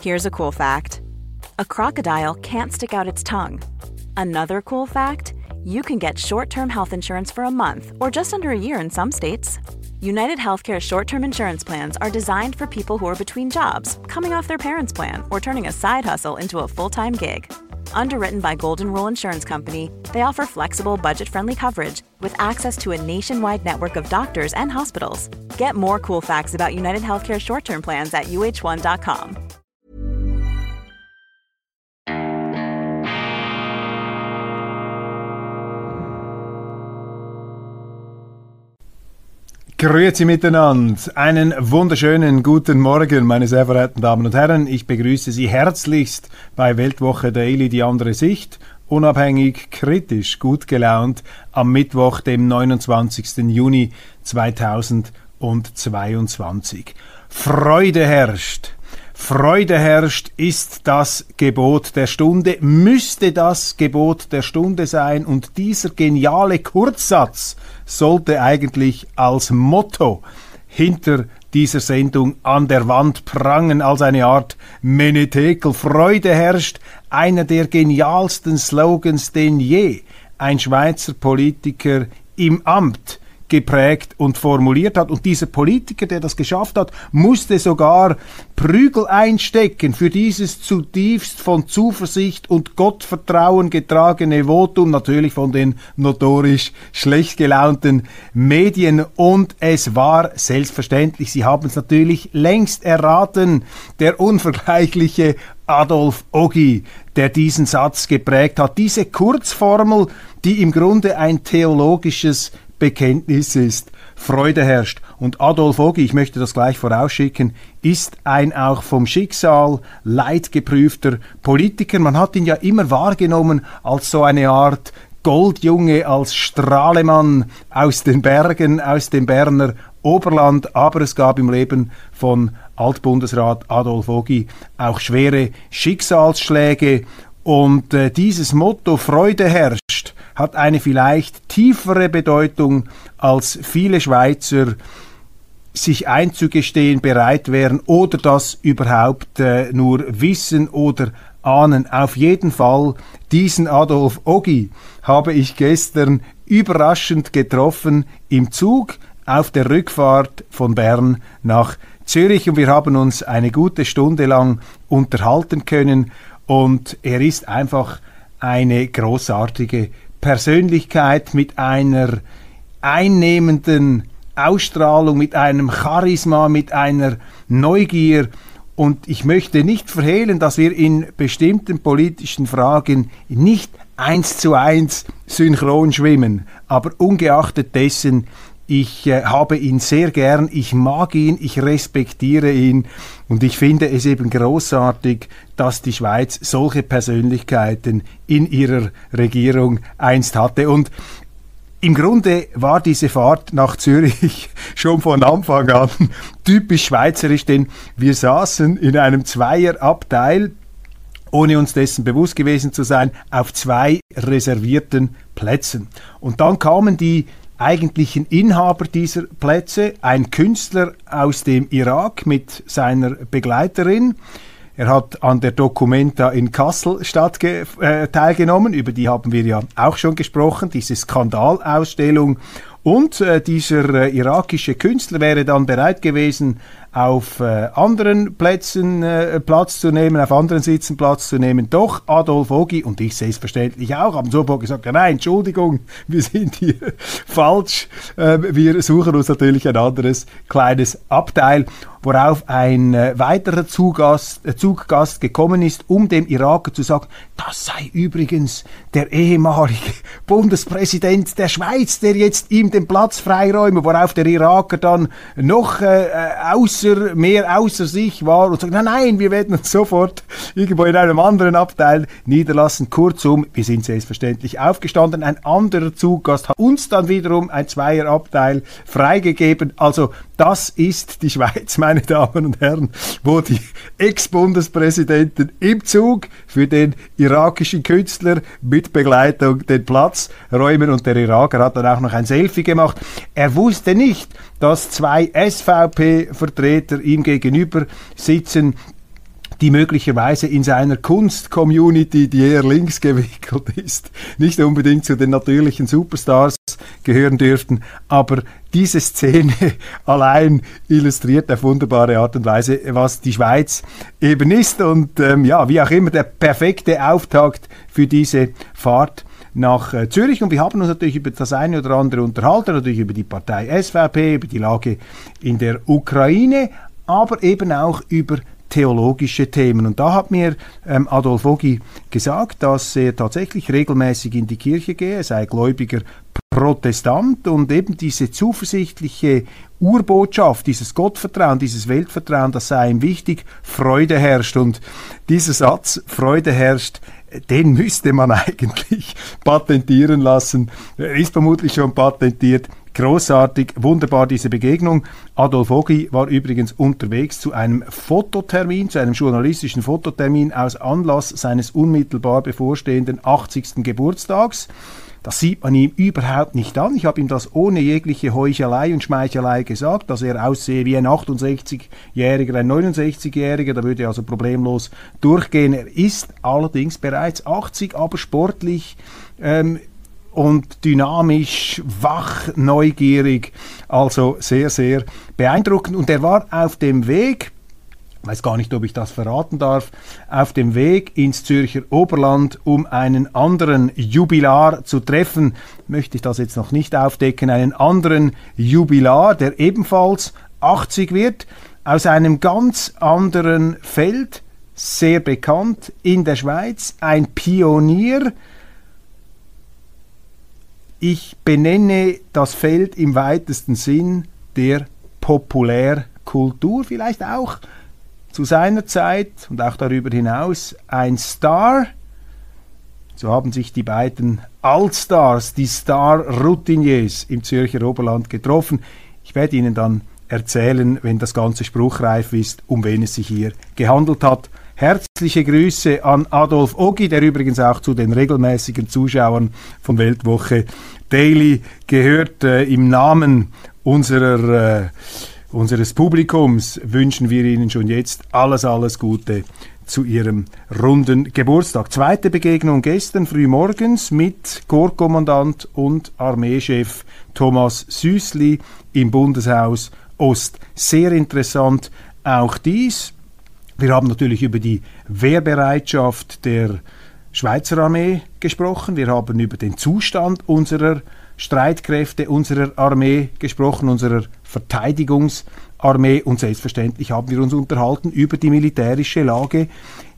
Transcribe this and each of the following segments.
Here's a cool fact. A crocodile can't stick out its tongue. Another cool fact, you can get short-term health insurance for a month or just under a year in some states. United Healthcare short-term insurance plans are designed for people who are between jobs, coming off their parents' plan, or turning a side hustle into a full-time gig. Underwritten by Golden Rule Insurance Company, they offer flexible, budget-friendly coverage with access to a nationwide network of doctors and hospitals. Get more cool facts about United Healthcare short-term plans at uh1.com. Grüezi miteinander. Einen wunderschönen guten Morgen, meine sehr verehrten Damen und Herren. Ich begrüße Sie herzlichst bei Weltwoche Daily, die andere Sicht. Unabhängig, kritisch, gut gelaunt am Mittwoch, dem 29. Juni 2022. Freude herrscht. Freude herrscht ist das Gebot der Stunde, müsste das Gebot der Stunde sein, und dieser geniale Kurzsatz sollte eigentlich als Motto hinter dieser Sendung an der Wand prangen, als eine Art Menetekel. Freude herrscht, einer der genialsten Slogans, den je ein Schweizer Politiker im Amt geprägt und formuliert hat. Und dieser Politiker, der das geschafft hat, musste sogar Prügel einstecken für dieses zutiefst von Zuversicht und Gottvertrauen getragene Votum, natürlich von den notorisch schlecht gelaunten Medien. Und es war selbstverständlich, Sie haben es natürlich längst erraten, der unvergleichliche Adolf Ogi, der diesen Satz geprägt hat. Diese Kurzformel, die im Grunde ein theologisches Bekenntnis ist. Freude herrscht. Und Adolf Ogi, ich möchte das gleich vorausschicken, ist ein auch vom Schicksal leidgeprüfter Politiker. Man hat ihn ja immer wahrgenommen als so eine Art Goldjunge, als Strahlemann aus den Bergen, aus dem Berner Oberland. Aber es gab im Leben von Altbundesrat Adolf Ogi auch schwere Schicksalsschläge. Und dieses Motto Freude herrscht hat eine vielleicht tiefere Bedeutung, als viele Schweizer sich einzugestehen bereit wären oder das überhaupt nur wissen oder ahnen. Auf jeden Fall, diesen Adolf Ogi habe ich gestern überraschend getroffen im Zug auf der Rückfahrt von Bern nach Zürich, und wir haben uns eine gute Stunde lang unterhalten können. Und er ist einfach eine großartige Persönlichkeit mit einer einnehmenden Ausstrahlung, mit einem Charisma, mit einer Neugier. Und ich möchte nicht verhehlen, dass wir in bestimmten politischen Fragen nicht 1:1 synchron schwimmen. Aber ungeachtet dessen, ich habe ihn sehr gern, ich mag ihn, ich respektiere ihn, und ich finde es eben großartig, dass die Schweiz solche Persönlichkeiten in ihrer Regierung einst hatte. Und im Grunde war diese Fahrt nach Zürich schon von Anfang an typisch schweizerisch, denn wir saßen in einem Zweierabteil, ohne uns dessen bewusst gewesen zu sein, auf 2 reservierten Plätzen. Und dann kamen die eigentlichen Inhaber dieser Plätze, ein Künstler aus dem Irak mit seiner Begleiterin. Er hat an der Documenta in Kassel teilgenommen, über die haben wir ja auch schon gesprochen, diese Skandalausstellung. Und dieser irakische Künstler wäre dann bereit gewesen, auf anderen Plätzen Platz zu nehmen, auf anderen Sitzen Platz zu nehmen. Doch Adolf Ogi und ich selbstverständlich auch haben sofort gesagt, ja, nein, Entschuldigung, wir sind hier falsch. Wir suchen uns natürlich ein anderes kleines Abteil, worauf ein weiterer Zuggast gekommen ist, um dem Iraker zu sagen, das sei übrigens der ehemalige Bundespräsident der Schweiz, der jetzt ihm den Platz freiräume, worauf der Iraker dann noch mehr außer sich war und sagt, nein, wir werden uns sofort irgendwo in einem anderen Abteil niederlassen. Kurzum, wir sind selbstverständlich aufgestanden. Ein anderer Zuggast hat uns dann wiederum ein Zweierabteil freigegeben. Also das ist die Schweiz, meine Damen und Herren, wo die Ex-Bundespräsidenten im Zug für den irakischen Künstler mit Begleitung den Platz räumen, und der Iraker hat dann auch noch ein Selfie gemacht. Er wusste nicht, dass 2 SVP-Vertreter ihm gegenüber sitzen. die möglicherweise in seiner Kunst-Community, die eher links gewickelt ist, nicht unbedingt zu den natürlichen Superstars gehören dürften, aber diese Szene allein illustriert auf wunderbare Art und Weise, was die Schweiz eben ist und ja, wie auch immer der perfekte Auftakt für diese Fahrt nach Zürich. Und wir haben uns natürlich über das eine oder andere unterhalten, natürlich über die Partei SVP, über die Lage in der Ukraine, aber eben auch über theologische Themen. Und da hat mir Adolf Ogi gesagt, dass er tatsächlich regelmäßig in die Kirche gehe, er sei gläubiger Protestant und eben diese zuversichtliche Urbotschaft, dieses Gottvertrauen, dieses Weltvertrauen, das sei ihm wichtig, Freude herrscht. Und dieser Satz, Freude herrscht, den müsste man eigentlich patentieren lassen. Er ist vermutlich schon patentiert. Großartig, wunderbar diese Begegnung. Adolf Ogi war übrigens unterwegs zu einem Fototermin, zu einem journalistischen Fototermin aus Anlass seines unmittelbar bevorstehenden 80. Geburtstags. Das sieht man ihm überhaupt nicht an. Ich habe ihm das ohne jegliche Heuchelei und Schmeichelei gesagt, dass er aussehe wie ein 68-Jähriger, ein 69-Jähriger, da würde er also problemlos durchgehen. Er ist allerdings bereits 80, aber sportlich und dynamisch, wach, neugierig, also sehr, sehr beeindruckend. Und er war auf dem Weg, ich weiß gar nicht, ob ich das verraten darf, auf dem Weg ins Zürcher Oberland, um einen anderen Jubilar zu treffen. Möchte ich das jetzt noch nicht aufdecken, einen anderen Jubilar, der ebenfalls 80 wird, aus einem ganz anderen Feld, sehr bekannt in der Schweiz, ein Pionier. Ich benenne das Feld im weitesten Sinn der Populärkultur, vielleicht auch zu seiner Zeit und auch darüber hinaus ein Star. So haben sich die beiden Allstars, die Star-Routiniers im Zürcher Oberland getroffen. Ich werde Ihnen dann erzählen, wenn das Ganze spruchreif ist, um wen es sich hier gehandelt hat. Herzliche Grüße an Adolf Ogi, der übrigens auch zu den regelmäßigen Zuschauern von Weltwoche Daily gehört. Im Namen unseres Publikums wünschen wir Ihnen schon jetzt alles Gute zu Ihrem runden Geburtstag. Zweite Begegnung gestern früh morgens mit Korpskommandant und Armeechef Thomas Süssli im Bundeshaus Ost. Sehr interessant auch dies. Wir haben natürlich über die Wehrbereitschaft der Schweizer Armee gesprochen. Wir haben über den Zustand unserer Streitkräfte, unserer Armee gesprochen, unserer Verteidigungsarmee. Und selbstverständlich haben wir uns unterhalten über die militärische Lage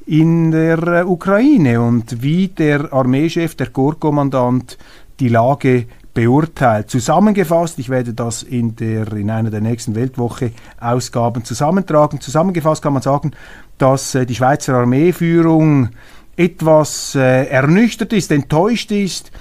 in der Ukraine und wie der Armeechef, der Korpskommandant, die Lage beurteilt. Zusammengefasst, ich werde das in einer der nächsten Weltwoche-Ausgaben zusammentragen. Zusammengefasst kann man sagen, dass die Schweizer Armeeführung etwas ernüchtert ist, enttäuscht ist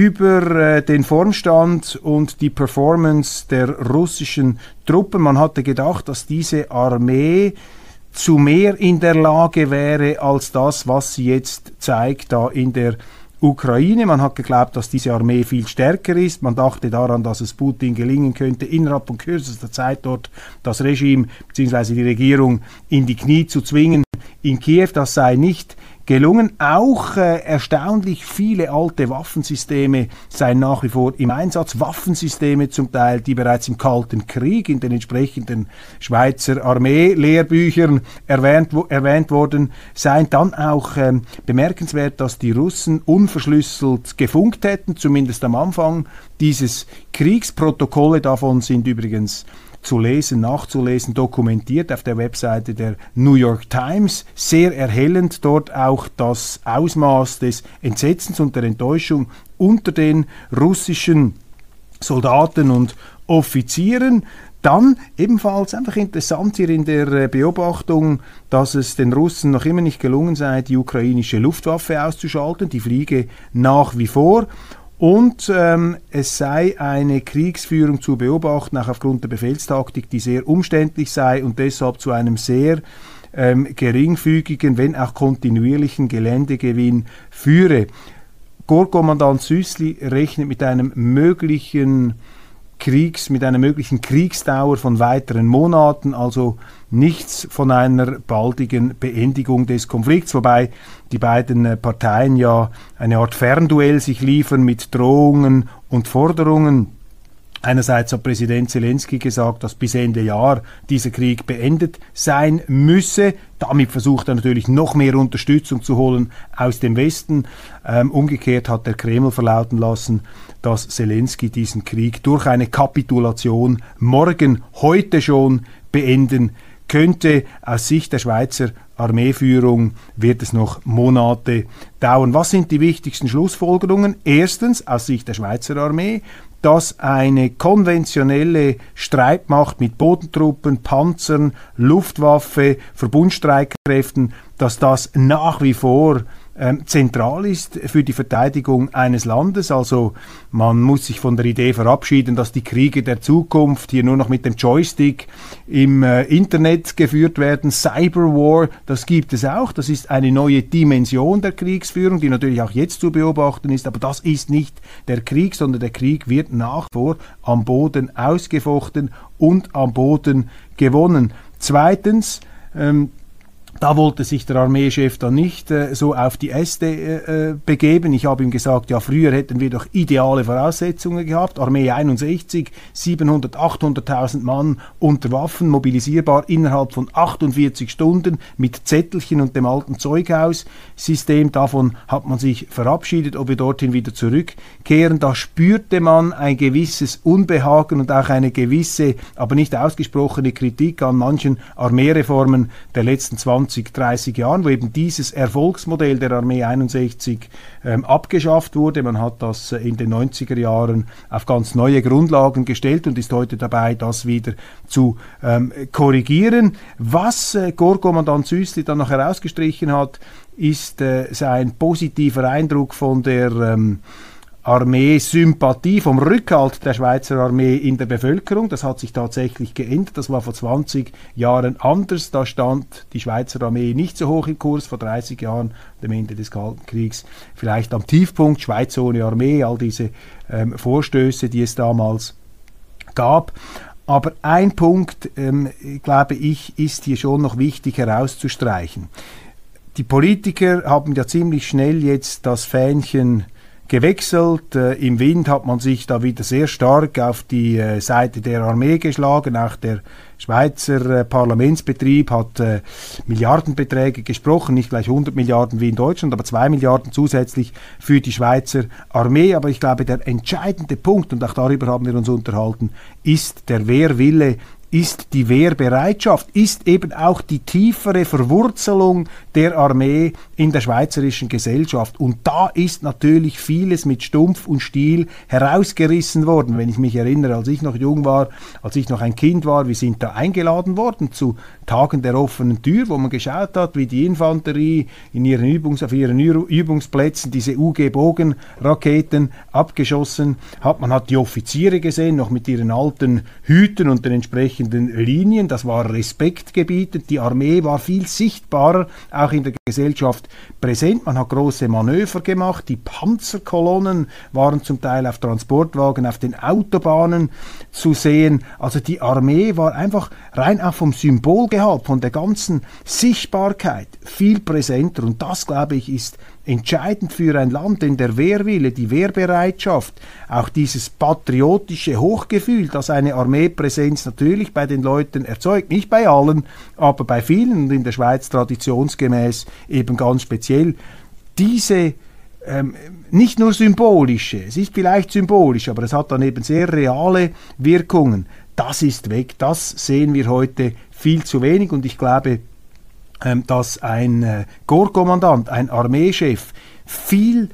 über den Formstand und die Performance der russischen Truppen. Man hatte gedacht, dass diese Armee zu mehr in der Lage wäre als das, was sie jetzt zeigt da in der Ukraine. Man hat geglaubt, dass diese Armee viel stärker ist. Man dachte daran, dass es Putin gelingen könnte, innerhalb von kürzester Zeit dort das Regime bzw. die Regierung in die Knie zu zwingen. In Kiew, das sei nicht gelungen. Auch erstaunlich viele alte Waffensysteme seien nach wie vor im Einsatz. Waffensysteme zum Teil, die bereits im Kalten Krieg in den entsprechenden Schweizer Armee-Lehrbüchern erwähnt worden seien. Dann auch bemerkenswert, dass die Russen unverschlüsselt gefunkt hätten, zumindest am Anfang dieses Kriegs. Protokolle davon sind übrigens zu lesen, nachzulesen, dokumentiert auf der Webseite der New York Times. Sehr erhellend dort auch das Ausmaß des Entsetzens und der Enttäuschung unter den russischen Soldaten und Offizieren. Dann ebenfalls einfach interessant hier in der Beobachtung, dass es den Russen noch immer nicht gelungen sei, die ukrainische Luftwaffe auszuschalten. Die fliege nach wie vor. Und es sei eine Kriegsführung zu beobachten, auch aufgrund der Befehlstaktik, die sehr umständlich sei und deshalb zu einem sehr geringfügigen, wenn auch kontinuierlichen Geländegewinn führe. Korpskommandant Süssli rechnet mit einem möglichen mit einer möglichen Kriegsdauer von weiteren Monaten, also nichts von einer baldigen Beendigung des Konflikts, wobei die beiden Parteien ja eine Art Fernduell sich liefern mit Drohungen und Forderungen. Einerseits hat Präsident Zelensky gesagt, dass bis Ende Jahr dieser Krieg beendet sein müsse. Damit versucht er natürlich noch mehr Unterstützung zu holen aus dem Westen. Umgekehrt hat der Kreml verlauten lassen, dass Zelensky diesen Krieg durch eine Kapitulation heute schon beenden könnte. Aus Sicht der Schweizer Armeeführung wird es noch Monate dauern. Was sind die wichtigsten Schlussfolgerungen? Erstens, aus Sicht der Schweizer Armee, dass eine konventionelle Streitmacht mit Bodentruppen, Panzern, Luftwaffe, Verbundstreitkräften, dass das nach wie vor zentral ist für die Verteidigung eines Landes. Also man muss sich von der Idee verabschieden, dass die Kriege der Zukunft hier nur noch mit dem Joystick im Internet geführt werden. Cyberwar, das gibt es auch. Das ist eine neue Dimension der Kriegsführung, die natürlich auch jetzt zu beobachten ist. Aber das ist nicht der Krieg, sondern der Krieg wird nach wie vor am Boden ausgefochten und am Boden gewonnen. Zweitens, da wollte sich der Armeechef dann nicht so auf die Äste begeben. Ich habe ihm gesagt, ja, früher hätten wir doch ideale Voraussetzungen gehabt. Armee 61, 700.000, 800.000 Mann unter Waffen, mobilisierbar innerhalb von 48 Stunden mit Zettelchen und dem alten Zeughaussystem. Davon hat man sich verabschiedet, ob wir dorthin wieder zurückkehren. Da spürte man ein gewisses Unbehagen und auch eine gewisse, aber nicht ausgesprochene Kritik an manchen Armeereformen der letzten 30 Jahren, wo eben dieses Erfolgsmodell der Armee 61 abgeschafft wurde. Man hat das in den 90er Jahren auf ganz neue Grundlagen gestellt und ist heute dabei, das wieder zu korrigieren. Was Korpskommandant Süssli dann noch herausgestrichen hat, ist sein positiver Eindruck von der Armee-Sympathie, vom Rückhalt der Schweizer Armee in der Bevölkerung. Das hat sich tatsächlich geändert. Das war vor 20 Jahren anders. Da stand die Schweizer Armee nicht so hoch im Kurs. Vor 30 Jahren, dem Ende des Kalten Kriegs, vielleicht am Tiefpunkt. Schweiz ohne Armee, all diese Vorstöße, die es damals gab. Aber ein Punkt, glaube ich, ist hier schon noch wichtig herauszustreichen. Die Politiker haben ja ziemlich schnell jetzt das Fähnchen gewechselt. Im Wind hat man sich da wieder sehr stark auf die Seite der Armee geschlagen. Auch der Schweizer Parlamentsbetrieb hat Milliardenbeträge gesprochen, nicht gleich 100 Milliarden wie in Deutschland, aber 2 Milliarden zusätzlich für die Schweizer Armee. Aber ich glaube, der entscheidende Punkt, und auch darüber haben wir uns unterhalten, ist der Wehrwille, ist die Wehrbereitschaft, ist eben auch die tiefere Verwurzelung der Armee in der schweizerischen Gesellschaft. Und da ist natürlich vieles mit Stumpf und Stiel herausgerissen worden. Wenn ich mich erinnere, als ich noch jung war, als ich noch ein Kind war, wir sind da eingeladen worden zu Tagen der offenen Tür, wo man geschaut hat, wie die Infanterie auf ihren Übungsplätzen diese UG-Bogenraketen abgeschossen hat. Man hat die Offiziere gesehen, noch mit ihren alten Hüten und den entsprechenden Linien. Das war respektgebietend. Die Armee war viel sichtbarer, auch in der Gesellschaft präsent. Man hat große Manöver gemacht. Die Panzerkolonnen waren zum Teil auf Transportwagen auf den Autobahnen zu sehen. Also die Armee war einfach rein auch vom Symbolgehalt, von der ganzen Sichtbarkeit viel präsenter. Und das, glaube ich, ist entscheidend für ein Land, denn der Wehrwille, die Wehrbereitschaft, auch dieses patriotische Hochgefühl, das eine Armeepräsenz natürlich bei den Leuten erzeugt, nicht bei allen, aber bei vielen und in der Schweiz traditionsgemäß eben ganz speziell, diese nicht nur symbolische, es ist vielleicht symbolisch, aber es hat dann eben sehr reale Wirkungen, das ist weg, das sehen wir heute viel zu wenig und ich glaube, dass ein Korpskommandant, ein Armeechef viel...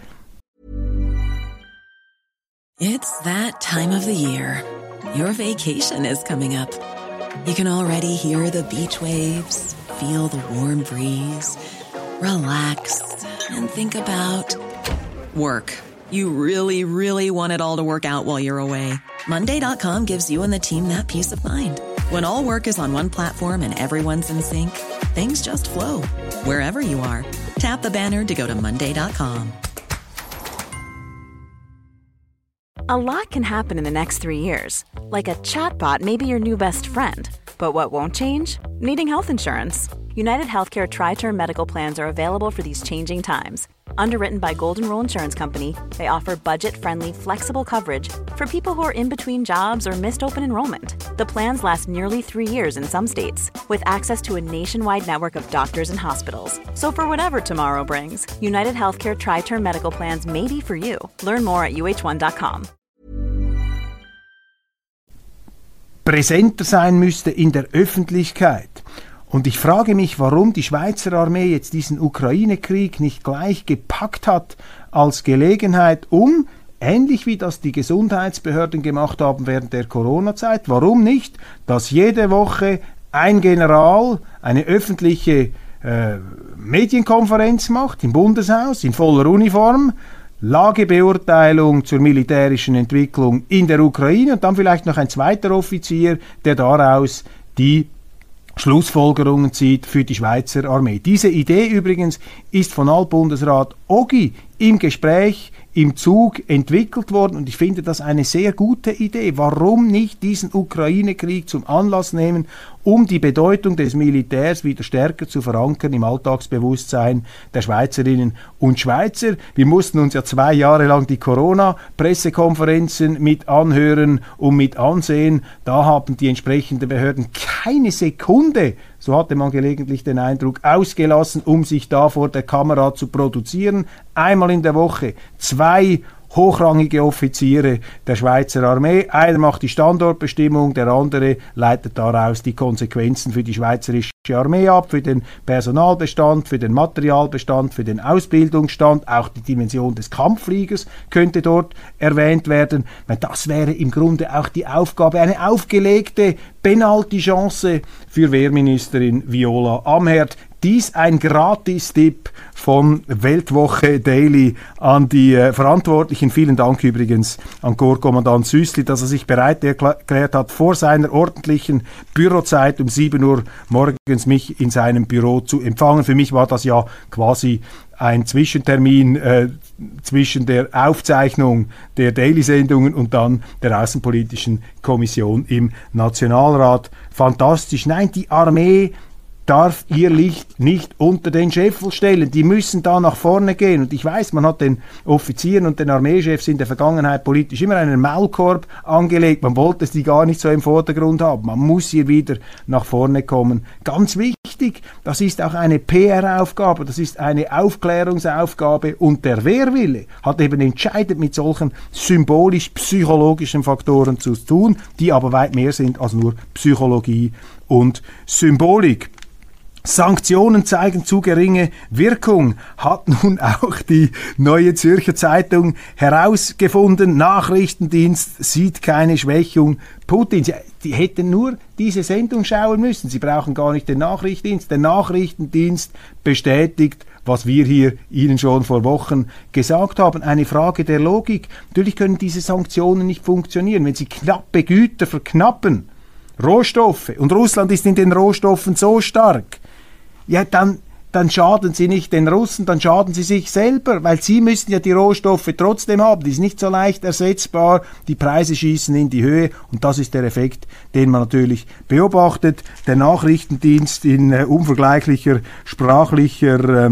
It's that time of the year. Your vacation is coming up. You can already hear the beach waves, feel the warm breeze, relax and think about work. You really, really want it all to work out while you're away. Monday.com gives you and the team that peace of mind. When all work is on one platform and everyone's in sync, things just flow. Wherever you are, tap the banner to go to Monday.com. A lot can happen in the next 3 years. Like a chatbot may be your new best friend. But what won't change? Needing health insurance. United Healthcare Tri-Term Medical Plans are available for these changing times. Underwritten by Golden Rule Insurance Company, they offer budget-friendly, flexible coverage for people who are in between jobs or missed open enrollment. The plans last nearly 3 years in some states, with access to a nationwide network of doctors and hospitals. So for whatever tomorrow brings, United Healthcare Tri-Term Medical Plans may be for you. Learn more at uh1.com. Präsenter sein müsste in der Öffentlichkeit. Und ich frage mich, warum die Schweizer Armee jetzt diesen Ukraine-Krieg nicht gleich gepackt hat als Gelegenheit, um, ähnlich wie das die Gesundheitsbehörden gemacht haben während der Corona-Zeit, warum nicht, dass jede Woche ein General eine öffentliche Medienkonferenz macht im Bundeshaus in voller Uniform, Lagebeurteilung zur militärischen Entwicklung in der Ukraine und dann vielleicht noch ein zweiter Offizier, der daraus die Schlussfolgerungen zieht für die Schweizer Armee. Diese Idee übrigens ist von Altbundesrat Ogi im Gespräch, im Zug entwickelt worden und ich finde das eine sehr gute Idee. Warum nicht diesen Ukraine-Krieg zum Anlass nehmen, um die Bedeutung des Militärs wieder stärker zu verankern im Alltagsbewusstsein der Schweizerinnen und Schweizer? Wir mussten uns ja 2 Jahre lang die Corona-Pressekonferenzen mit anhören und mit ansehen. Da haben die entsprechenden Behörden keine Sekunde, so hatte man gelegentlich den Eindruck, ausgelassen, um sich da vor der Kamera zu produzieren. Einmal in der Woche 2 hochrangige Offiziere der Schweizer Armee. Einer macht die Standortbestimmung, der andere leitet daraus die Konsequenzen für die schweizerische Armee ab, für den Personalbestand, für den Materialbestand, für den Ausbildungsstand. Auch die Dimension des Kampffliegers könnte dort erwähnt werden. Das wäre im Grunde auch die Aufgabe, eine aufgelegte Penalty-Chance für Wehrministerin Viola Amherd. Dies ein Gratis-Tipp von Weltwoche Daily an die Verantwortlichen. Vielen Dank übrigens an Korpskommandant Süssli, dass er sich bereit erklärt hat, vor seiner ordentlichen Bürozeit um 7 Uhr morgens mich in seinem Büro zu empfangen. Für mich war das ja quasi ein Zwischentermin zwischen der Aufzeichnung der Daily-Sendungen und dann der Außenpolitischen Kommission im Nationalrat. Fantastisch. Nein, die Armee darf ihr Licht nicht unter den Scheffel stellen. Die müssen da nach vorne gehen. Und ich weiß, man hat den Offizieren und den Armeechefs in der Vergangenheit politisch immer einen Maulkorb angelegt. Man wollte sie gar nicht so im Vordergrund haben. Man muss hier wieder nach vorne kommen. Ganz wichtig, das ist auch eine PR-Aufgabe, das ist eine Aufklärungsaufgabe und der Wehrwille hat eben entscheidend mit solchen symbolisch-psychologischen Faktoren zu tun, die aber weit mehr sind als nur Psychologie und Symbolik. Sanktionen zeigen zu geringe Wirkung, hat nun auch die Neue Zürcher Zeitung herausgefunden. Nachrichtendienst sieht keine Schwächung Putins. Ja, die hätten nur diese Sendung schauen müssen. Sie brauchen gar nicht den Nachrichtendienst. Der Nachrichtendienst bestätigt, was wir hier Ihnen schon vor Wochen gesagt haben. Eine Frage der Logik. Natürlich können diese Sanktionen nicht funktionieren, wenn sie knappe Güter verknappen. Rohstoffe. Und Russland ist in den Rohstoffen so stark. Ja, dann schaden sie nicht den Russen, dann schaden sie sich selber, weil sie müssen ja die Rohstoffe trotzdem haben. Die ist nicht so leicht ersetzbar, die Preise schießen in die Höhe und das ist der Effekt, den man natürlich beobachtet. Der Nachrichtendienst in unvergleichlicher sprachlicher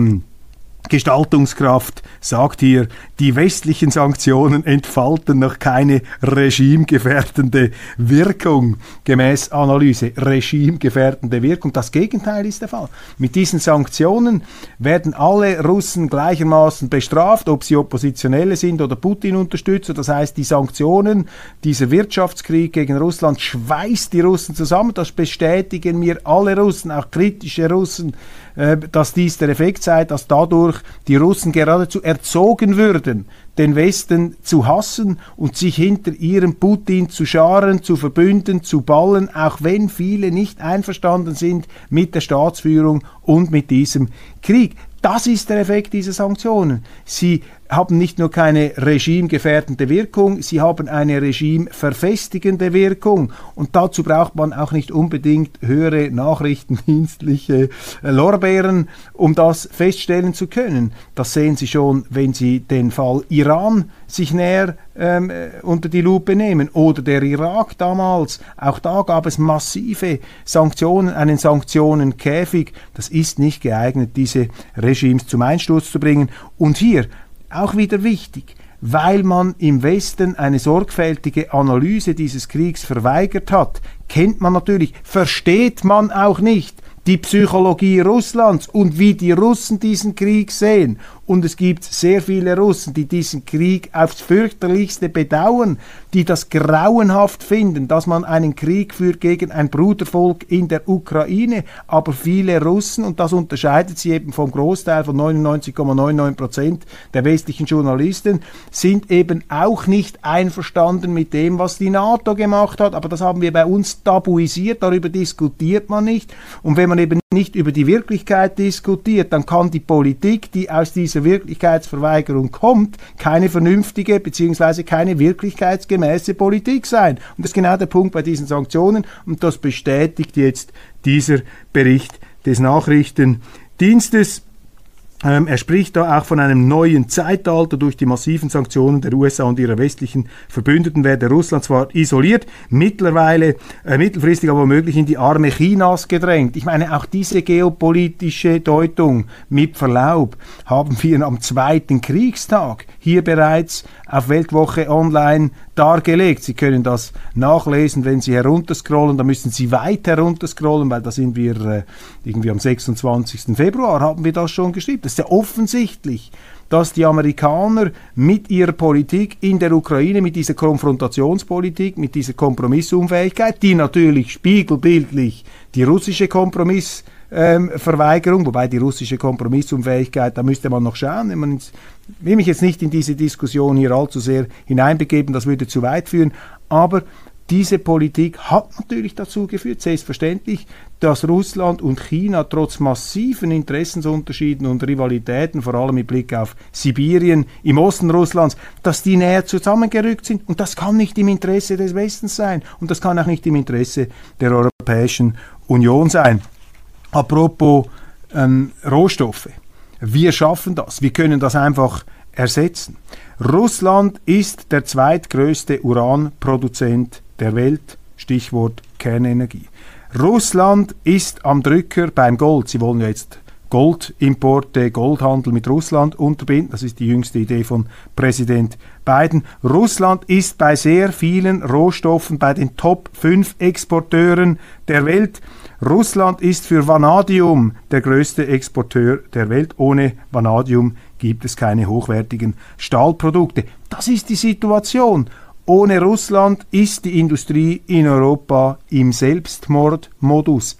Gestaltungskraft sagt hier, die westlichen Sanktionen entfalten noch keine regimegefährdende Wirkung. Gemäß Analyse, regimegefährdende Wirkung. Das Gegenteil ist der Fall. Mit diesen Sanktionen werden alle Russen gleichermaßen bestraft, ob sie Oppositionelle sind oder Putin-Unterstützer. Das heißt, die Sanktionen, dieser Wirtschaftskrieg gegen Russland schweißt die Russen zusammen. Das bestätigen mir alle Russen, auch kritische Russen, dass dies der Effekt sei, dass dadurch die Russen geradezu erzogen würden, den Westen zu hassen und sich hinter ihrem Putin zu scharen, zu verbünden, zu ballen, auch wenn viele nicht einverstanden sind mit der Staatsführung und mit diesem Krieg. Das ist der Effekt dieser Sanktionen. Sie haben nicht nur keine regimegefährdende Wirkung, sie haben eine regimeverfestigende Wirkung. Und dazu braucht man auch nicht unbedingt höhere nachrichtendienstliche Lorbeeren, um das feststellen zu können. Das sehen Sie schon, wenn Sie den Fall Iran sich näher unter die Lupe nehmen. Oder der Irak damals. Auch da gab es massive Sanktionen, einen Sanktionenkäfig. Das ist nicht geeignet, diese Regimes zum Einsturz zu bringen. Und hier auch wieder wichtig, weil man im Westen eine sorgfältige Analyse dieses Kriegs verweigert hat, kennt man natürlich, versteht man auch nicht die Psychologie Russlands und wie die Russen diesen Krieg sehen. Und es gibt sehr viele Russen, die diesen Krieg aufs fürchterlichste bedauern, die das grauenhaft finden, dass man einen Krieg führt gegen ein Brudervolk in der Ukraine. Aber viele Russen, und das unterscheidet sie eben vom Großteil von 99,99% der westlichen Journalisten, sind eben auch nicht einverstanden mit dem, was die NATO gemacht hat. Aber das haben wir bei uns tabuisiert, darüber diskutiert man nicht. Und wenn man eben nicht über die Wirklichkeit diskutiert, dann kann die Politik, die aus dieser Wirklichkeitsverweigerung kommt, keine vernünftige bzw. keine wirklichkeitsgemäße Politik sein. Und das ist genau der Punkt bei diesen Sanktionen und das bestätigt jetzt dieser Bericht des Nachrichtendienstes. Er spricht da auch von einem neuen Zeitalter. Durch die massiven Sanktionen der USA und ihrer westlichen Verbündeten werde Russland zwar isoliert, mittelfristig aber womöglich in die Arme Chinas gedrängt. Ich meine, auch diese geopolitische Deutung, mit Verlaub, haben wir am 2. Kriegstag hier bereits auf Weltwoche Online dargelegt. Sie können das nachlesen, wenn Sie herunterscrollen. Da müssen Sie weit herunterscrollen, weil da sind wir irgendwie am 26. Februar haben wir das schon geschrieben. Das ist ja offensichtlich, dass die Amerikaner mit ihrer Politik in der Ukraine, mit dieser Konfrontationspolitik, mit dieser Kompromissunfähigkeit, die natürlich spiegelbildlich die russische Kompromissverweigerung, wobei die russische Kompromissunfähigkeit, da müsste man noch schauen, will mich jetzt nicht in diese Diskussion hier allzu sehr hineinbegeben, das würde zu weit führen, aber diese Politik hat natürlich dazu geführt, selbstverständlich, dass Russland und China trotz massiven Interessensunterschieden und Rivalitäten, vor allem mit Blick auf Sibirien im Osten Russlands, dass die näher zusammengerückt sind. Und das kann nicht im Interesse des Westens sein. Und das kann auch nicht im Interesse der Europäischen Union sein. Apropos Rohstoffe. Wir schaffen das. Wir können das einfach ersetzen. Russland ist der zweitgrößte Uranproduzent der Welt, Stichwort Kernenergie. Russland ist am Drücker beim Gold. Sie wollen ja jetzt Goldimporte, Goldhandel mit Russland unterbinden. Das ist die jüngste Idee von Präsident Biden. Russland ist bei sehr vielen Rohstoffen bei den Top 5 Exporteuren der Welt. Russland ist für Vanadium der größte Exporteur der Welt. Ohne Vanadium gibt es keine hochwertigen Stahlprodukte. Das ist die Situation. Ohne Russland ist die Industrie in Europa im Selbstmordmodus.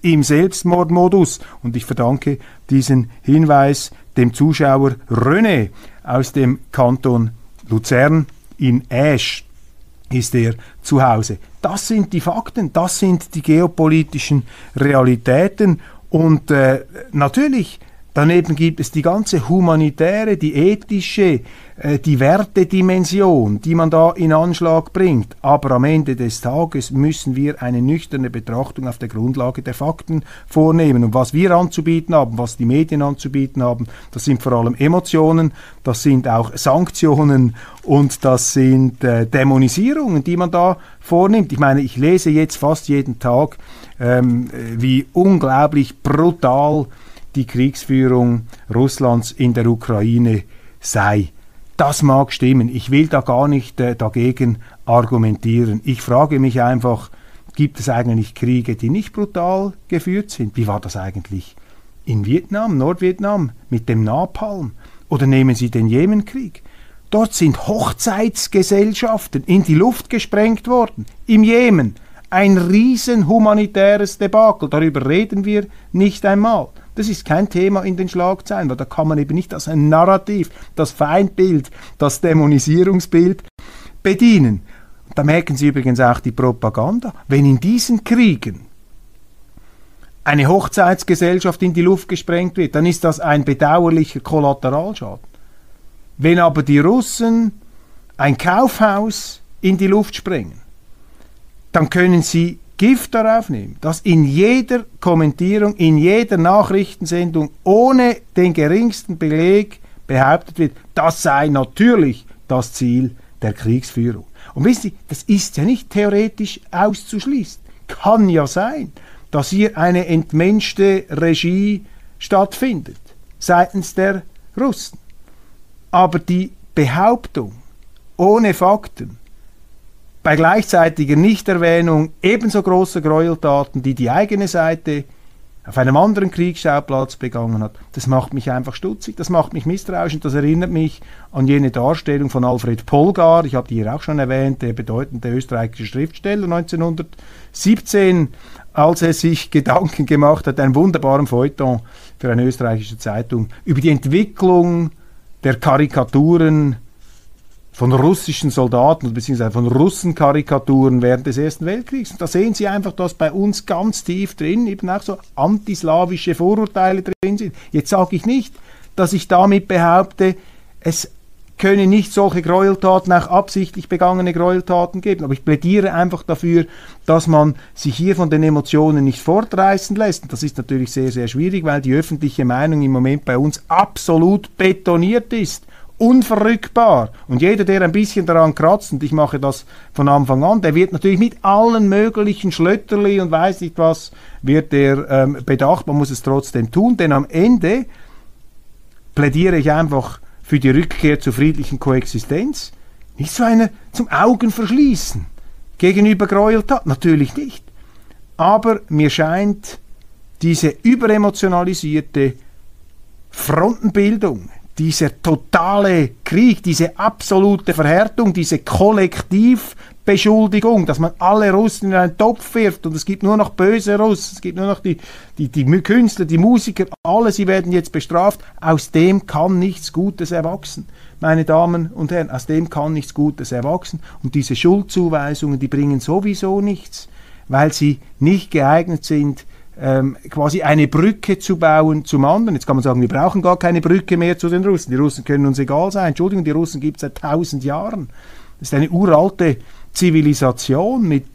Und ich verdanke diesen Hinweis dem Zuschauer René aus dem Kanton Luzern. In Aesch ist er zu Hause. Das sind die Fakten, das sind die geopolitischen Realitäten. Und natürlich, daneben gibt es die ganze humanitäre, die ethische, die Wertedimension, die man da in Anschlag bringt. Aber am Ende des Tages müssen wir eine nüchterne Betrachtung auf der Grundlage der Fakten vornehmen. Und was wir anzubieten haben, was die Medien anzubieten haben, das sind vor allem Emotionen, das sind auch Sanktionen und das sind Dämonisierungen, die man da vornimmt. Ich meine, ich lese jetzt fast jeden Tag, wie unglaublich brutal die Kriegsführung Russlands in der Ukraine sei. Das mag stimmen. Ich will da gar nicht dagegen argumentieren. Ich frage mich einfach, gibt es eigentlich Kriege, die nicht brutal geführt sind? Wie war das eigentlich in Vietnam, Nordvietnam, mit dem Napalm? Oder nehmen Sie den Jemenkrieg? Dort sind Hochzeitsgesellschaften in die Luft gesprengt worden. Im Jemen. Ein riesen humanitäres Debakel. Darüber reden wir nicht einmal. Das ist kein Thema in den Schlagzeilen, weil da kann man eben nicht als ein Narrativ, das Feindbild, das Dämonisierungsbild bedienen. Da merken Sie übrigens auch die Propaganda. Wenn in diesen Kriegen eine Hochzeitsgesellschaft in die Luft gesprengt wird, dann ist das ein bedauerlicher Kollateralschaden. Wenn aber die Russen ein Kaufhaus in die Luft sprengen, dann können sie Gift darauf nehmen, dass in jeder Kommentierung, in jeder Nachrichtensendung ohne den geringsten Beleg behauptet wird, das sei natürlich das Ziel der Kriegsführung. Und wissen Sie, das ist ja nicht theoretisch auszuschließen. Kann ja sein, dass hier eine entmenschte Regie stattfindet seitens der Russen. Aber die Behauptung ohne Fakten, bei gleichzeitiger Nichterwähnung ebenso großer Gräueltaten, die die eigene Seite auf einem anderen Kriegsschauplatz begangen hat, das macht mich einfach stutzig, das macht mich misstrauisch und das erinnert mich an jene Darstellung von Alfred Polgar, ich habe die hier auch schon erwähnt, der bedeutende österreichische Schriftsteller 1917, als er sich Gedanken gemacht hat, einen wunderbaren Feuilleton für eine österreichische Zeitung, über die Entwicklung der Karikaturen von russischen Soldaten bzw. von Russenkarikaturen während des Ersten Weltkriegs. Und da sehen Sie einfach, dass bei uns ganz tief drin eben auch so antislawische Vorurteile drin sind. Jetzt sage ich nicht, dass ich damit behaupte, es können nicht solche Gräueltaten, auch absichtlich begangene Gräueltaten geben. Aber ich plädiere einfach dafür, dass man sich hier von den Emotionen nicht fortreißen lässt. Und das ist natürlich sehr, sehr schwierig, weil die öffentliche Meinung im Moment bei uns absolut betoniert ist. Unverrückbar. Und jeder, der ein bisschen daran kratzt, und ich mache das von Anfang an, der wird natürlich mit allen möglichen Schlötterli und weiß nicht was, wird der bedacht. Man muss es trotzdem tun, denn am Ende plädiere ich einfach für die Rückkehr zur friedlichen Koexistenz. Nicht so einer zum Augenverschließen gegenüber Gräueltaten. Natürlich nicht. Aber mir scheint diese überemotionalisierte Frontenbildung, dieser totale Krieg, diese absolute Verhärtung, diese Kollektivbeschuldigung, dass man alle Russen in einen Topf wirft und es gibt nur noch böse Russen, es gibt nur noch die Künstler, die Musiker, alle, sie werden jetzt bestraft. Aus dem kann nichts Gutes erwachsen, meine Damen und Herren, aus dem kann nichts Gutes erwachsen. Und diese Schuldzuweisungen, die bringen sowieso nichts, weil sie nicht geeignet sind, quasi eine Brücke zu bauen zum anderen. Jetzt kann man sagen, wir brauchen gar keine Brücke mehr zu den Russen. Die Russen können uns egal sein. Entschuldigung, die Russen gibt es seit 1000 Jahren. Das ist eine uralte Zivilisation mit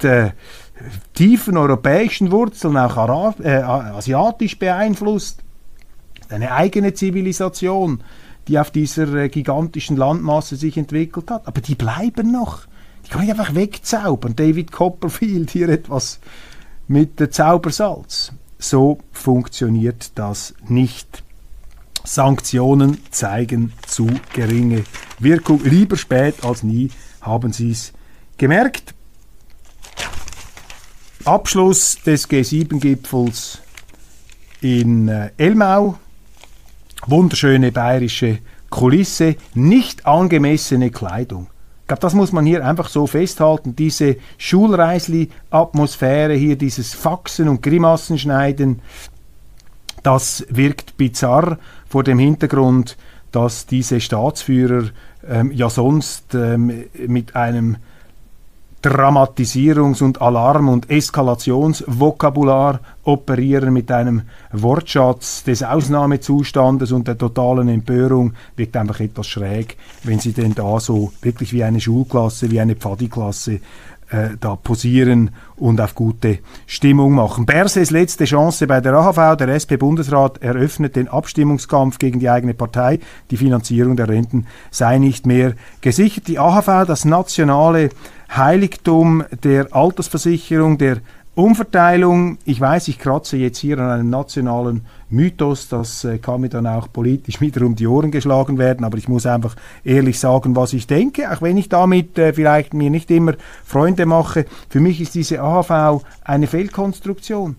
tiefen europäischen Wurzeln, auch asiatisch beeinflusst. Eine eigene Zivilisation, die auf dieser gigantischen Landmasse sich entwickelt hat. Aber die bleiben noch. Die kann ich einfach wegzaubern. David Copperfield hier etwas mit Zaubersalz. So funktioniert das nicht. Sanktionen zeigen zu geringe Wirkung. Lieber spät als nie, haben Sie es gemerkt. Abschluss des G7-Gipfels in Elmau. Wunderschöne bayerische Kulisse, nicht angemessene Kleidung. Ich glaube, das muss man hier einfach so festhalten. Diese Schulreisli-Atmosphäre hier, dieses Faxen und Grimassenschneiden, das wirkt bizarr vor dem Hintergrund, dass diese Staatsführer ja sonst mit einem Dramatisierungs- und Alarm- und Eskalationsvokabular operieren, mit einem Wortschatz des Ausnahmezustandes und der totalen Empörung. Wirkt einfach etwas schräg, wenn sie denn da so wirklich wie eine Schulklasse, wie eine Pfadi-Klasse da posieren und auf gute Stimmung machen. Berses letzte Chance bei der AHV. Der SP-Bundesrat eröffnet den Abstimmungskampf gegen die eigene Partei. Die Finanzierung der Renten sei nicht mehr gesichert. Die AHV, das nationale Heiligtum der Altersversicherung, der Umverteilung. Ich weiß, ich kratze jetzt hier an einem nationalen Mythos, das kann mir dann auch politisch wieder um die Ohren geschlagen werden, aber ich muss einfach ehrlich sagen, was ich denke, auch wenn ich damit vielleicht mir nicht immer Freunde mache. Für mich ist diese AHV eine Fehlkonstruktion,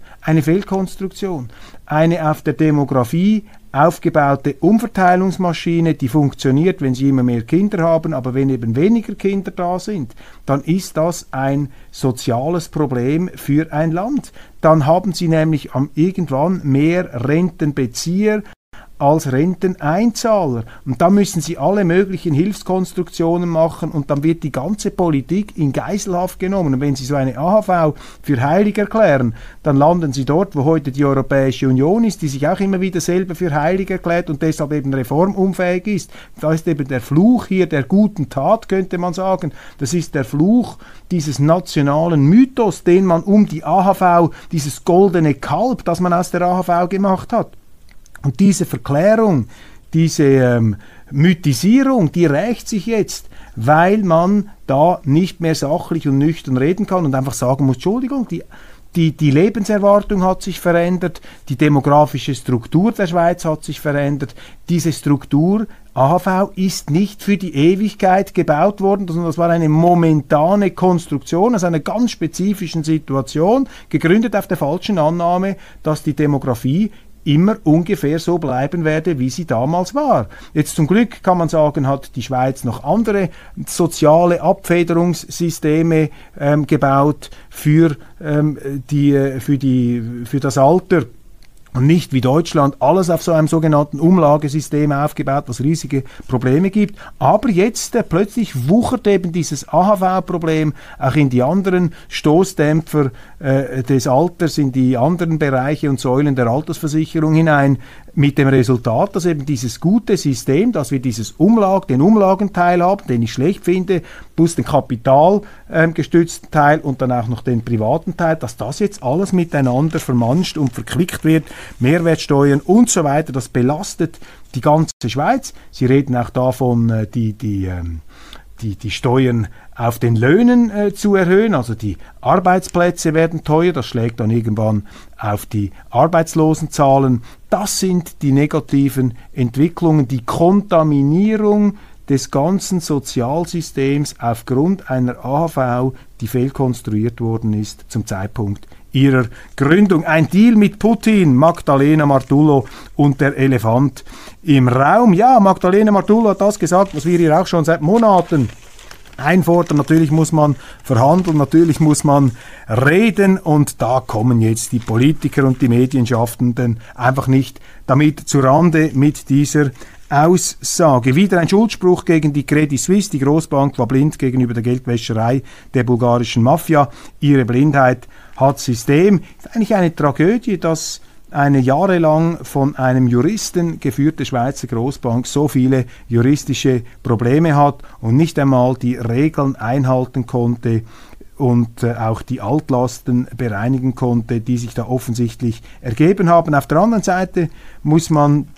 eine auf der Demografie aufgebaute Umverteilungsmaschine, die funktioniert, wenn sie immer mehr Kinder haben, aber wenn eben weniger Kinder da sind, dann ist das ein soziales Problem für ein Land. Dann haben sie nämlich irgendwann mehr Rentenbezieher als Renteneinzahler. Und da müssen sie alle möglichen Hilfskonstruktionen machen und dann wird die ganze Politik in Geiselhaft genommen. Und wenn sie so eine AHV für heilig erklären, dann landen sie dort, wo heute die Europäische Union ist, die sich auch immer wieder selber für heilig erklärt und deshalb eben reformunfähig ist. Da ist eben der Fluch hier der guten Tat, könnte man sagen. Das ist der Fluch dieses nationalen Mythos, den man um die AHV, dieses goldene Kalb, das man aus der AHV gemacht hat. Und diese Verklärung, diese Mythisierung, die rächt sich jetzt, weil man da nicht mehr sachlich und nüchtern reden kann und einfach sagen muss, Entschuldigung, die Lebenserwartung hat sich verändert, die demografische Struktur der Schweiz hat sich verändert. Diese Struktur AHV ist nicht für die Ewigkeit gebaut worden, sondern das war eine momentane Konstruktion aus einer ganz spezifischen Situation, gegründet auf der falschen Annahme, dass die Demografie immer ungefähr so bleiben werde, wie sie damals war. Jetzt zum Glück kann man sagen, hat die Schweiz noch andere soziale Abfederungssysteme gebaut für das Alter. Und nicht wie Deutschland alles auf so einem sogenannten Umlagesystem aufgebaut, was riesige Probleme gibt. Aber jetzt plötzlich wuchert eben dieses AHV-Problem auch in die anderen Stoßdämpfer des Alters, in die anderen Bereiche und Säulen der Altersversicherung hinein, mit dem Resultat, dass eben dieses gute System, dass wir den Umlagenteil haben, den ich schlecht finde, plus den kapitalgestützten Teil und dann auch noch den privaten Teil, dass das jetzt alles miteinander vermanscht und verquickt wird, Mehrwertsteuern und so weiter, das belastet die ganze Schweiz. Sie reden auch davon, die Steuern auf den Löhnen zu erhöhen, also die Arbeitsplätze werden teuer, das schlägt dann irgendwann auf die Arbeitslosenzahlen. Das sind die negativen Entwicklungen, die Kontaminierung des ganzen Sozialsystems aufgrund einer AHV, die fehlkonstruiert worden ist zum Zeitpunkt ihrer Gründung. Ein Deal mit Putin, Magdalena Martullo und der Elefant im Raum. Ja, Magdalena Martullo hat das gesagt, was wir hier auch schon seit Monaten einfordern. Natürlich muss man verhandeln, natürlich muss man reden und da kommen jetzt die Politiker und die Medienschaffenden einfach nicht damit zurande mit dieser Aussage. Wieder ein Schuldspruch gegen die Credit Suisse. Die Großbank war blind gegenüber der Geldwäscherei der bulgarischen Mafia. Ihre Blindheit hat System. Ist eigentlich eine Tragödie, dass eine jahrelang von einem Juristen geführte Schweizer Großbank so viele juristische Probleme hat und nicht einmal die Regeln einhalten konnte und auch die Altlasten bereinigen konnte, die sich da offensichtlich ergeben haben. Auf der anderen Seite muss man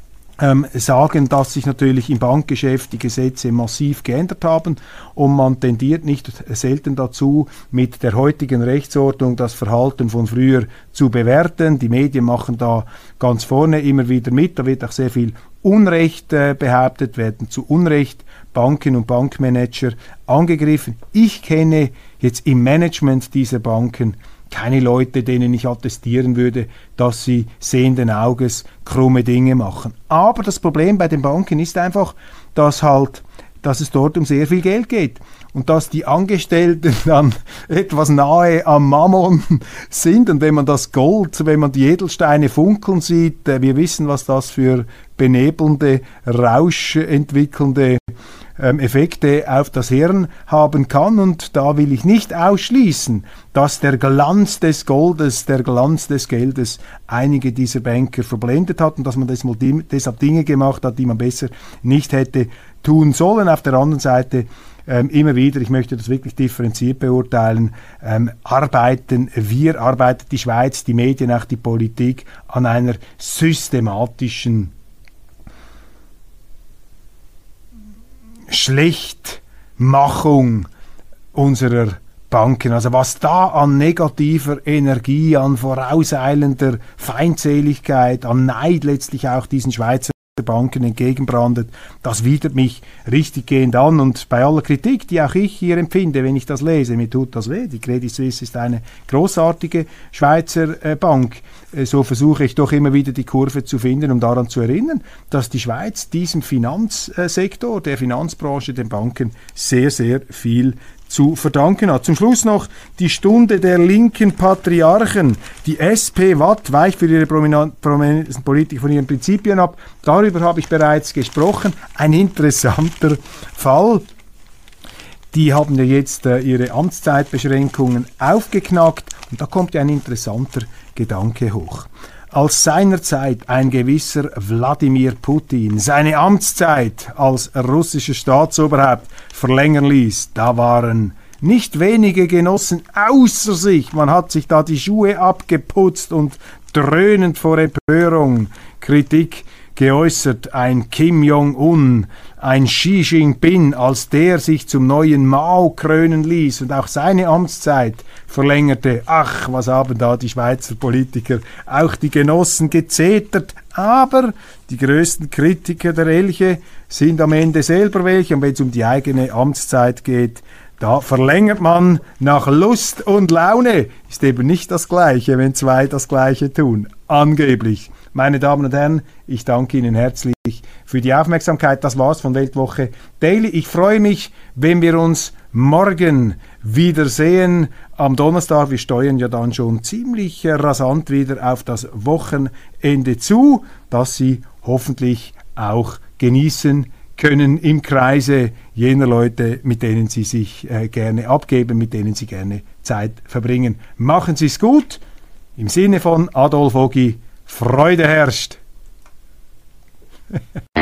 sagen, dass sich natürlich im Bankgeschäft die Gesetze massiv geändert haben und man tendiert nicht selten dazu, mit der heutigen Rechtsordnung das Verhalten von früher zu bewerten. Die Medien machen da ganz vorne immer wieder mit, da wird auch sehr viel Unrecht behauptet, werden zu Unrecht Banken und Bankmanager angegriffen. Ich kenne jetzt im Management dieser Banken keine Leute, denen ich attestieren würde, dass sie sehenden Auges krumme Dinge machen. Aber das Problem bei den Banken ist einfach, dass es dort um sehr viel Geld geht und dass die Angestellten dann etwas nahe am Mammon sind. Und wenn man das Gold, wenn man die Edelsteine funkeln sieht, wir wissen, was das für benebelnde, rauschentwickelnde Effekte auf das Hirn haben kann. Und da will ich nicht ausschließen, dass der Glanz des Goldes, der Glanz des Geldes einige dieser Banker verblendet hat und dass man deshalb Dinge gemacht hat, die man besser nicht hätte tun sollen. Auf der anderen Seite immer wieder, ich möchte das wirklich differenziert beurteilen, arbeitet die Schweiz, die Medien, auch die Politik an einer systematischen Schlechtmachung unserer Banken. Also was da an negativer Energie, an vorauseilender Feindseligkeit, an Neid letztlich auch diesen Schweizer Banken entgegenbrandet, das widert mich richtig gehend an. Und bei aller Kritik, die auch ich hier empfinde, wenn ich das lese, mir tut das weh. Die Credit Suisse ist eine großartige Schweizer Bank. So versuche ich doch immer wieder die Kurve zu finden, um daran zu erinnern, dass die Schweiz diesem Finanzsektor, der Finanzbranche, den Banken sehr, sehr viel zu verdanken hat. Zum Schluss noch die Stunde der linken Patriarchen. Die SP Watt weicht für ihre prominenten Politiker von ihren Prinzipien ab. Darüber habe ich bereits gesprochen. Ein interessanter Fall. Die haben ja jetzt ihre Amtszeitbeschränkungen aufgeknackt und da kommt ja ein interessanter Gedanke hoch. Als seinerzeit ein gewisser Wladimir Putin seine Amtszeit als russischer Staatsoberhaupt verlängern ließ, da waren nicht wenige Genossen außer sich. Man hat sich da die Schuhe abgeputzt und dröhnend vor Empörung Kritik geäußert. Ein Kim Jong-un, ein Xi Jinping, als der sich zum neuen Mao krönen ließ und auch seine Amtszeit verlängerte. Ach, was haben da die Schweizer Politiker, auch die Genossen gezetert. Aber die größten Kritiker der Elche sind am Ende selber welche. Und wenn es um die eigene Amtszeit geht, da verlängert man nach Lust und Laune. Ist eben nicht das Gleiche, wenn zwei das Gleiche tun. Angeblich. Meine Damen und Herren, ich danke Ihnen herzlich für die Aufmerksamkeit. Das war's von Weltwoche Daily. Ich freue mich, wenn wir uns morgen wiedersehen. Am Donnerstag, wir steuern ja dann schon ziemlich rasant wieder auf das Wochenende zu, das Sie hoffentlich auch genießen können im Kreise jener Leute, mit denen Sie sich gerne abgeben, mit denen Sie gerne Zeit verbringen. Machen Sie es gut. Im Sinne von Adolf Ogi, Freude herrscht.